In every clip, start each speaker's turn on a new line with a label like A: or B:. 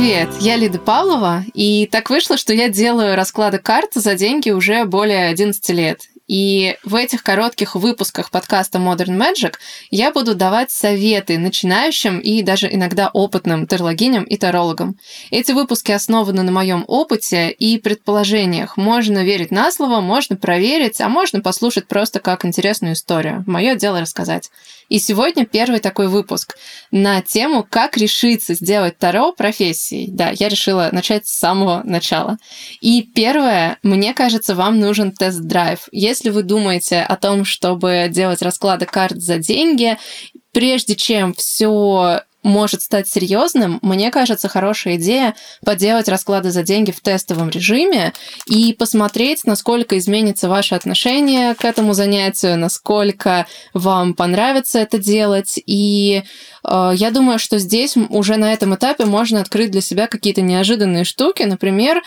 A: Привет, я Лида Павлова, и так вышло, что я делаю расклады карт за деньги уже более 11 лет. И в этих коротких выпусках подкаста Modern Magic я буду давать советы начинающим и даже иногда опытным тарологиням и тарологам. Эти выпуски основаны на моем опыте и предположениях. Можно верить на слово, можно проверить, а можно послушать просто как интересную историю. Мое дело рассказать. И сегодня первый такой выпуск на тему, как решиться сделать таро профессией. Да, я решила начать с самого начала. И первое, мне кажется, вам нужен тест-драйв. Если вы думаете о том, чтобы делать расклады карт за деньги, прежде чем все может стать серьезным, мне кажется, хорошая идея поделать расклады за деньги в тестовом режиме и посмотреть, насколько изменится ваше отношение к этому занятию, насколько вам понравится это делать. И я думаю, что здесь уже на этом этапе можно открыть для себя какие-то неожиданные штуки, например,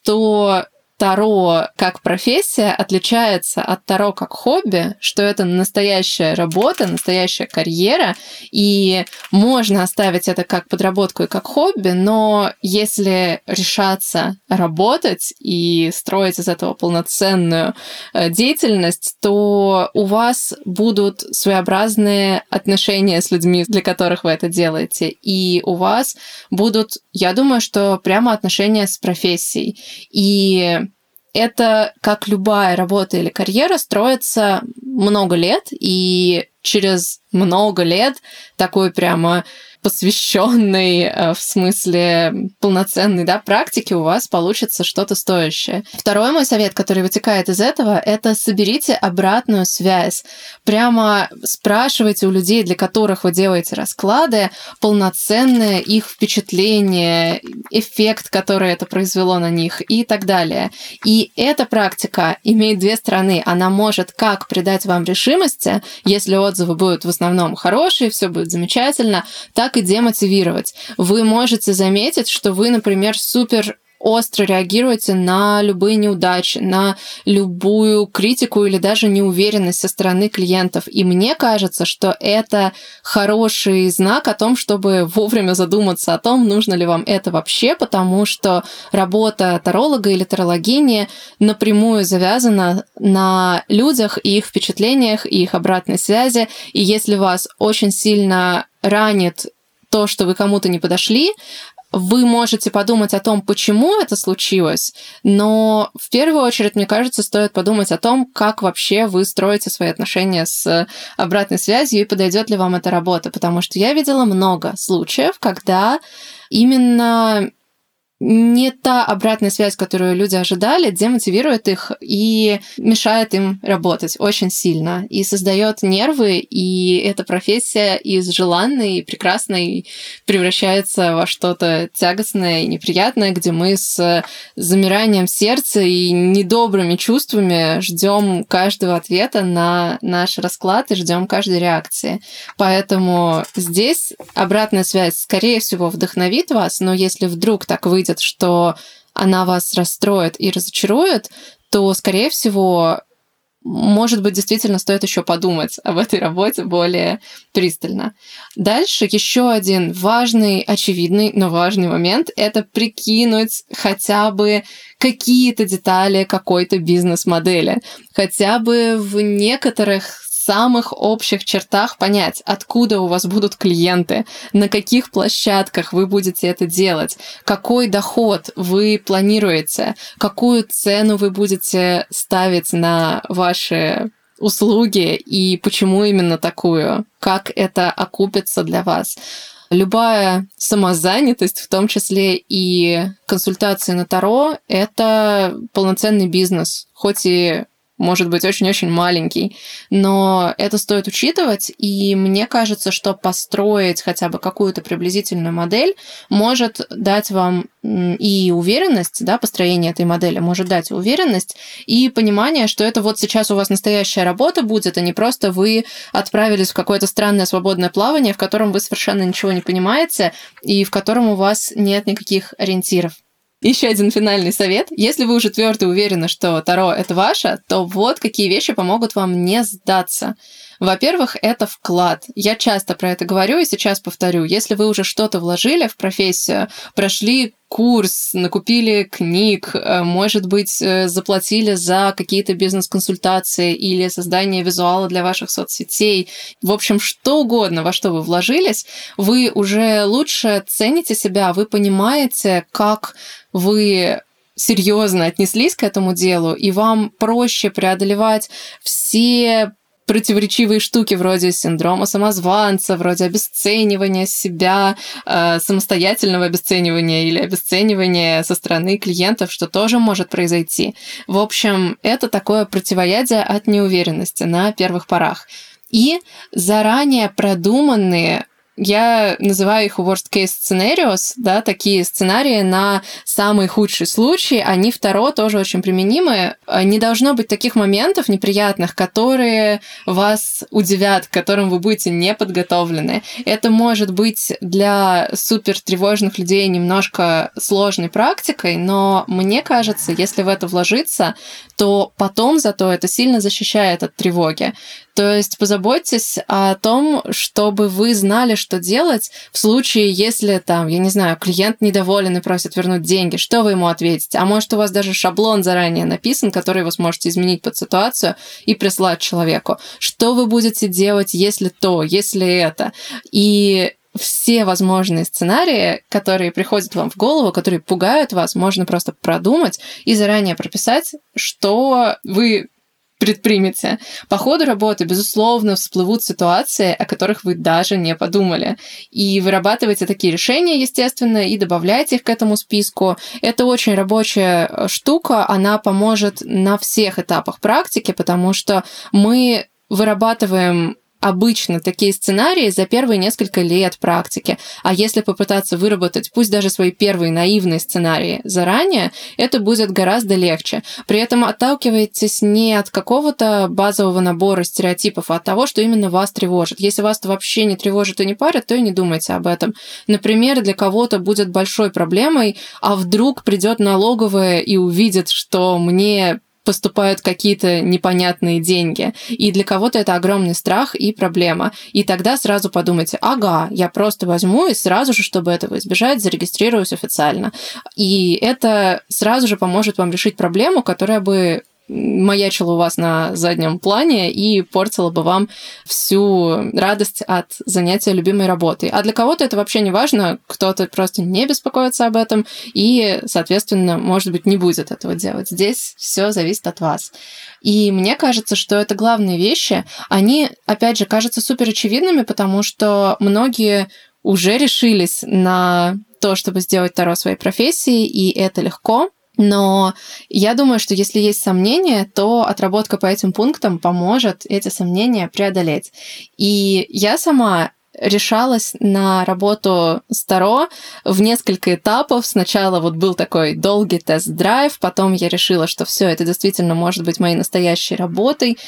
A: что таро как профессия отличается от таро как хобби, что это настоящая работа, настоящая карьера, и можно оставить это как подработку и как хобби, но если решаться работать и строить из этого полноценную деятельность, то у вас будут своеобразные отношения с людьми, для которых вы это делаете, и у вас будут, я думаю, что прямо отношения с профессией. И это, как любая работа или карьера, строится много лет, и через много лет такой прямо посвященной, в смысле полноценной, практики у вас получится что-то стоящее. Второй мой совет, который вытекает из этого, это соберите обратную связь. Прямо спрашивайте у людей, для которых вы делаете расклады, полноценное их впечатление, эффект, который это произвело на них и так далее. И эта практика имеет две стороны. Она может как придать вам решимости, если отзывы будут в основном хорошие, все будет замечательно, так и демотивировать. Вы можете заметить, что вы, например, супер остро реагируете на любые неудачи, на любую критику или даже неуверенность со стороны клиентов. И мне кажется, что это хороший знак о том, чтобы вовремя задуматься о том, нужно ли вам это вообще, потому что работа таролога или тарологини напрямую завязана на людях и их впечатлениях, и их обратной связи. И если вас очень сильно ранит то, что вы кому-то не подошли, вы можете подумать о том, почему это случилось, но в первую очередь, мне кажется, стоит подумать о том, как вообще вы строите свои отношения с обратной связью и подойдет ли вам эта работа, потому что я видела много случаев, когда именно не та обратная связь, которую люди ожидали, демотивирует их и мешает им работать очень сильно. И создает нервы, и эта профессия из желанной и прекрасной превращается во что-то тягостное и неприятное, где мы с замиранием сердца и недобрыми чувствами ждем каждого ответа на наш расклад и ждем каждой реакции. Поэтому здесь обратная связь, скорее всего, вдохновит вас, но если вдруг так выйдет, что она вас расстроит и разочарует, то, скорее всего, может быть, действительно стоит еще подумать об этой работе более пристально. Дальше еще один важный, очевидный, но важный момент – это прикинуть хотя бы какие-то детали какой-то бизнес-модели. Хотя бы в некоторых самых общих чертах понять, откуда у вас будут клиенты, на каких площадках вы будете это делать, какой доход вы планируете, какую цену вы будете ставить на ваши услуги и почему именно такую, как это окупится для вас. Любая самозанятость, в том числе и консультации на таро, это полноценный бизнес, хоть и может быть очень-очень маленький, но это стоит учитывать, и мне кажется, что построить хотя бы какую-то приблизительную модель может дать вам и уверенность, построение этой модели может дать уверенность и понимание, что это вот сейчас у вас настоящая работа будет, а не просто вы отправились в какое-то странное свободное плавание, в котором вы совершенно ничего не понимаете и в котором у вас нет никаких ориентиров. Еще один финальный совет. Если вы уже твердо уверены, что таро — это ваше, то вот какие вещи помогут вам не сдаться. Во-первых, это вклад. Я часто про это говорю и сейчас повторю. Если вы уже что-то вложили в профессию, прошли курс, накупили книг, может быть, заплатили за какие-то бизнес-консультации или создание визуала для ваших соцсетей. В общем, что угодно, во что вы вложились, вы уже лучше цените себя, вы понимаете, как вы серьезно отнеслись к этому делу, и вам проще преодолевать все противоречивые штуки вроде синдрома самозванца, вроде обесценивания себя, самостоятельного обесценивания или обесценивания со стороны клиентов, что тоже может произойти. В общем, это такое противоядие от неуверенности на первых порах. И заранее продуманные, я называю их worst case scenarios, да, такие сценарии на самый худший случай, они в Таро тоже очень применимы. Не должно быть таких моментов неприятных, которые вас удивят, к которым вы будете не подготовлены. Это может быть для супер тревожных людей немножко сложной практикой, но мне кажется, если в это вложиться, то потом зато это сильно защищает от тревоги. То есть позаботьтесь о том, чтобы вы знали, что делать в случае, если там, я не знаю, клиент недоволен и просит вернуть деньги, что вы ему ответите? А может, у вас даже шаблон заранее написан, который вы сможете изменить под ситуацию и прислать человеку. Что вы будете делать, если то, если это? И все возможные сценарии, которые приходят вам в голову, которые пугают вас, можно просто продумать и заранее прописать, что вы предпримете. По ходу работы, безусловно, всплывут ситуации, о которых вы даже не подумали. И вырабатывайте такие решения, естественно, и добавляйте их к этому списку. Это очень рабочая штука, она поможет на всех этапах практики, потому что мы вырабатываем обычно такие сценарии за первые несколько лет практики. А если попытаться выработать, пусть даже свои первые наивные сценарии заранее, это будет гораздо легче. При этом отталкивайтесь не от какого-то базового набора стереотипов, а от того, что именно вас тревожит. Если вас это вообще не тревожит и не парит, то и не думайте об этом. Например, для кого-то будет большой проблемой, а вдруг придет налоговая и увидит, что мне поступают какие-то непонятные деньги. И для кого-то это огромный страх и проблема. И тогда сразу подумайте, ага, я просто возьму и сразу же, чтобы этого избежать, зарегистрируюсь официально. И это сразу же поможет вам решить проблему, которая бы маячила у вас на заднем плане и портила бы вам всю радость от занятия любимой работой. А для кого-то это вообще не важно, кто-то просто не беспокоится об этом и, соответственно, может быть, не будет этого делать. Здесь все зависит от вас. И мне кажется, что это главные вещи. Они, опять же, кажутся супер очевидными, потому что многие уже решились на то, чтобы сделать Таро своей профессией, и это легко. Но я думаю, что если есть сомнения, то отработка по этим пунктам поможет эти сомнения преодолеть. И я сама решалась на работу с Таро в несколько этапов. Сначала вот был такой долгий тест-драйв, потом я решила, что все это действительно может быть моей настоящей работой,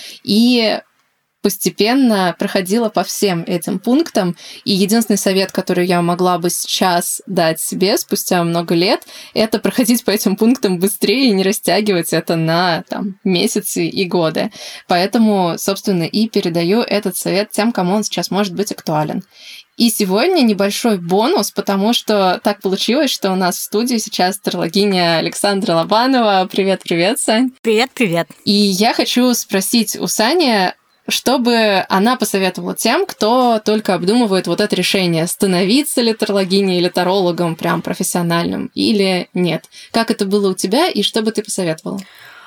A: и постепенно проходила по всем этим пунктам. И единственный совет, который я могла бы сейчас дать себе спустя много лет, это проходить по этим пунктам быстрее и не растягивать это на месяцы и годы. Поэтому, собственно, и передаю этот совет тем, кому он сейчас может быть актуален. И сегодня небольшой бонус, потому что так получилось, что у нас в студии сейчас тарологиня Александра Лобанова. Привет-привет, Сань.
B: Привет-привет.
A: И я хочу спросить у Сани, чтобы она посоветовала тем, кто только обдумывает вот это решение, становиться ли тарологиней или тарологом прям профессиональным или нет. Как это было у тебя и что бы ты посоветовала?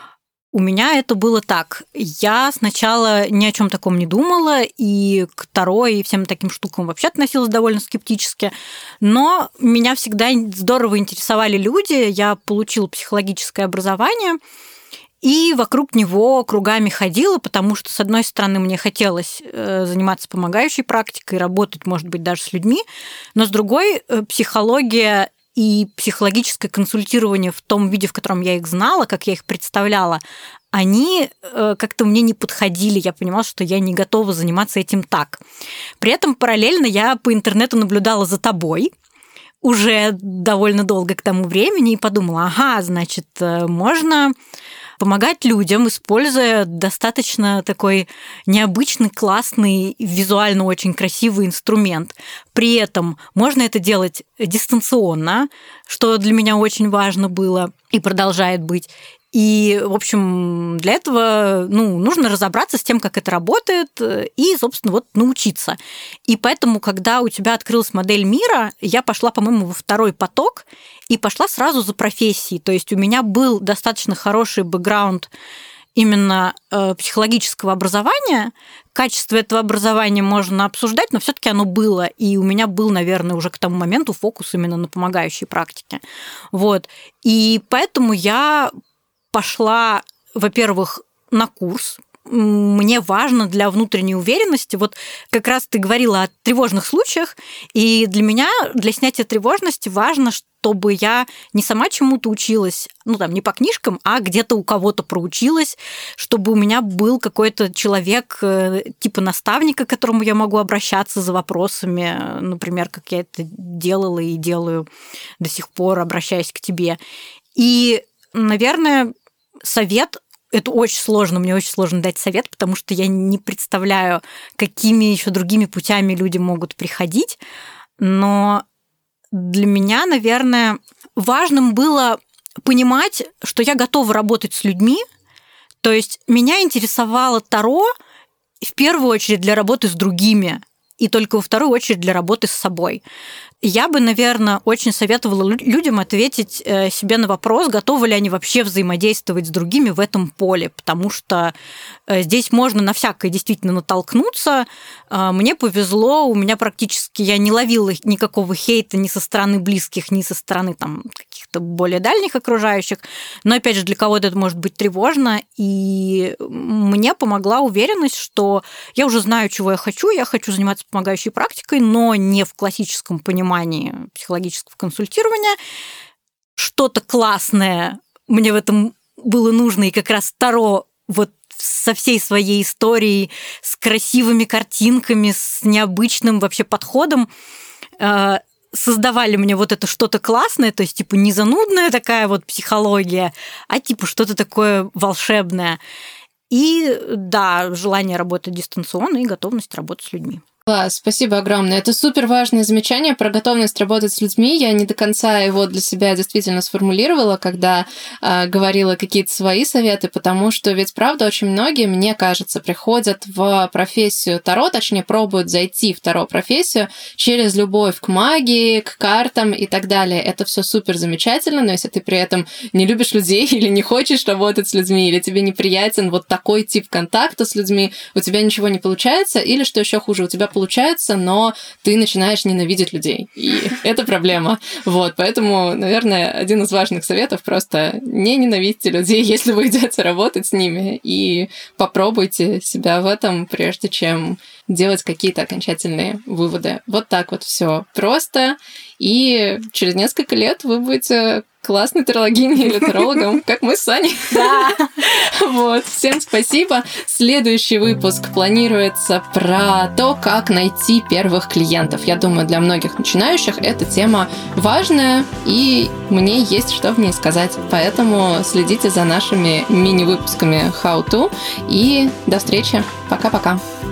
B: У меня это было так. Я сначала ни о чем таком не думала, и к Таро и всем таким штукам вообще относилась довольно скептически. Но меня всегда здорово интересовали люди. Я получила психологическое образование, и вокруг него кругами ходила, потому что, с одной стороны, мне хотелось заниматься помогающей практикой, работать, может быть, даже с людьми, но с другой, психология и психологическое консультирование в том виде, в котором я их знала, как я их представляла, они как-то мне не подходили. Я понимала, что я не готова заниматься этим так. При этом параллельно я по интернету наблюдала за тобой уже довольно долго к тому времени и подумала, ага, значит, можно помогать людям, используя достаточно такой необычный, классный, визуально очень красивый инструмент. При этом можно это делать дистанционно, что для меня очень важно было и продолжает быть. И, в общем, для этого нужно разобраться с тем, как это работает, и, собственно, научиться. И поэтому, когда у тебя открылась модель мира, я пошла, по-моему, во второй поток и пошла сразу за профессией. То есть у меня был достаточно хороший бэкграунд именно психологического образования. Качество этого образования можно обсуждать, но все-таки оно было. И у меня был, наверное, уже к тому моменту фокус именно на помогающей практике. И поэтому я пошла, во-первых, на курс. Мне важно для внутренней уверенности. Как раз ты говорила о тревожных случаях, и для меня, для снятия тревожности важно, чтобы я не сама чему-то училась, не по книжкам, а где-то у кого-то проучилась, чтобы у меня был какой-то человек, типа наставника, к которому я могу обращаться за вопросами, например, как я это делала и делаю до сих пор, обращаясь к тебе. И, наверное, совет – это очень сложно, мне очень сложно дать совет, потому что я не представляю, какими еще другими путями люди могут приходить, но для меня, наверное, важным было понимать, что я готова работать с людьми, то есть меня интересовало Таро в первую очередь для работы с другими, и только во вторую очередь для работы с собой. Я бы, наверное, очень советовала людям ответить себе на вопрос, готовы ли они вообще взаимодействовать с другими в этом поле, потому что здесь можно на всякое действительно натолкнуться. Мне повезло, у меня практически я не ловила никакого хейта ни со стороны близких, ни со стороны каких-то более дальних окружающих, но, опять же, для кого-то это может быть тревожно, и мне помогла уверенность, что я уже знаю, чего я хочу заниматься помогающей практикой, но не в классическом понимании психологического консультирования. Что-то классное мне в этом было нужно, и как раз Таро со всей своей историей, с красивыми картинками, с необычным вообще подходом создавали мне это что-то классное, то есть не занудная такая психология, а что-то такое волшебное. И да, желание работать дистанционно и готовность работать с людьми.
A: Класс, спасибо огромное. Это супер важное замечание про готовность работать с людьми. Я не до конца его для себя действительно сформулировала, когда говорила какие-то свои советы, потому что ведь, правда, очень многие, мне кажется, приходят в профессию Таро, точнее, пробуют зайти в Таро-профессию через любовь к магии, к картам и так далее. Это все супер замечательно, но если ты при этом не любишь людей или не хочешь работать с людьми, или тебе неприятен такой тип контакта с людьми, у тебя ничего не получается, или, что еще хуже, у тебя получается, но ты начинаешь ненавидеть людей. И это проблема. Поэтому, наверное, один из важных советов — просто не ненавидьте людей, если вы идете работать с ними, и попробуйте себя в этом, прежде чем делать какие-то окончательные выводы. Так все просто. И через несколько лет вы будете классной тарологиней или тарологом, как мы с Саней.
B: Да.
A: Всем спасибо. Следующий выпуск планируется про то, как найти первых клиентов. Я думаю, для многих начинающих эта тема важная, и мне есть что в ней сказать. Поэтому следите за нашими мини-выпусками How To. И до встречи. Пока-пока.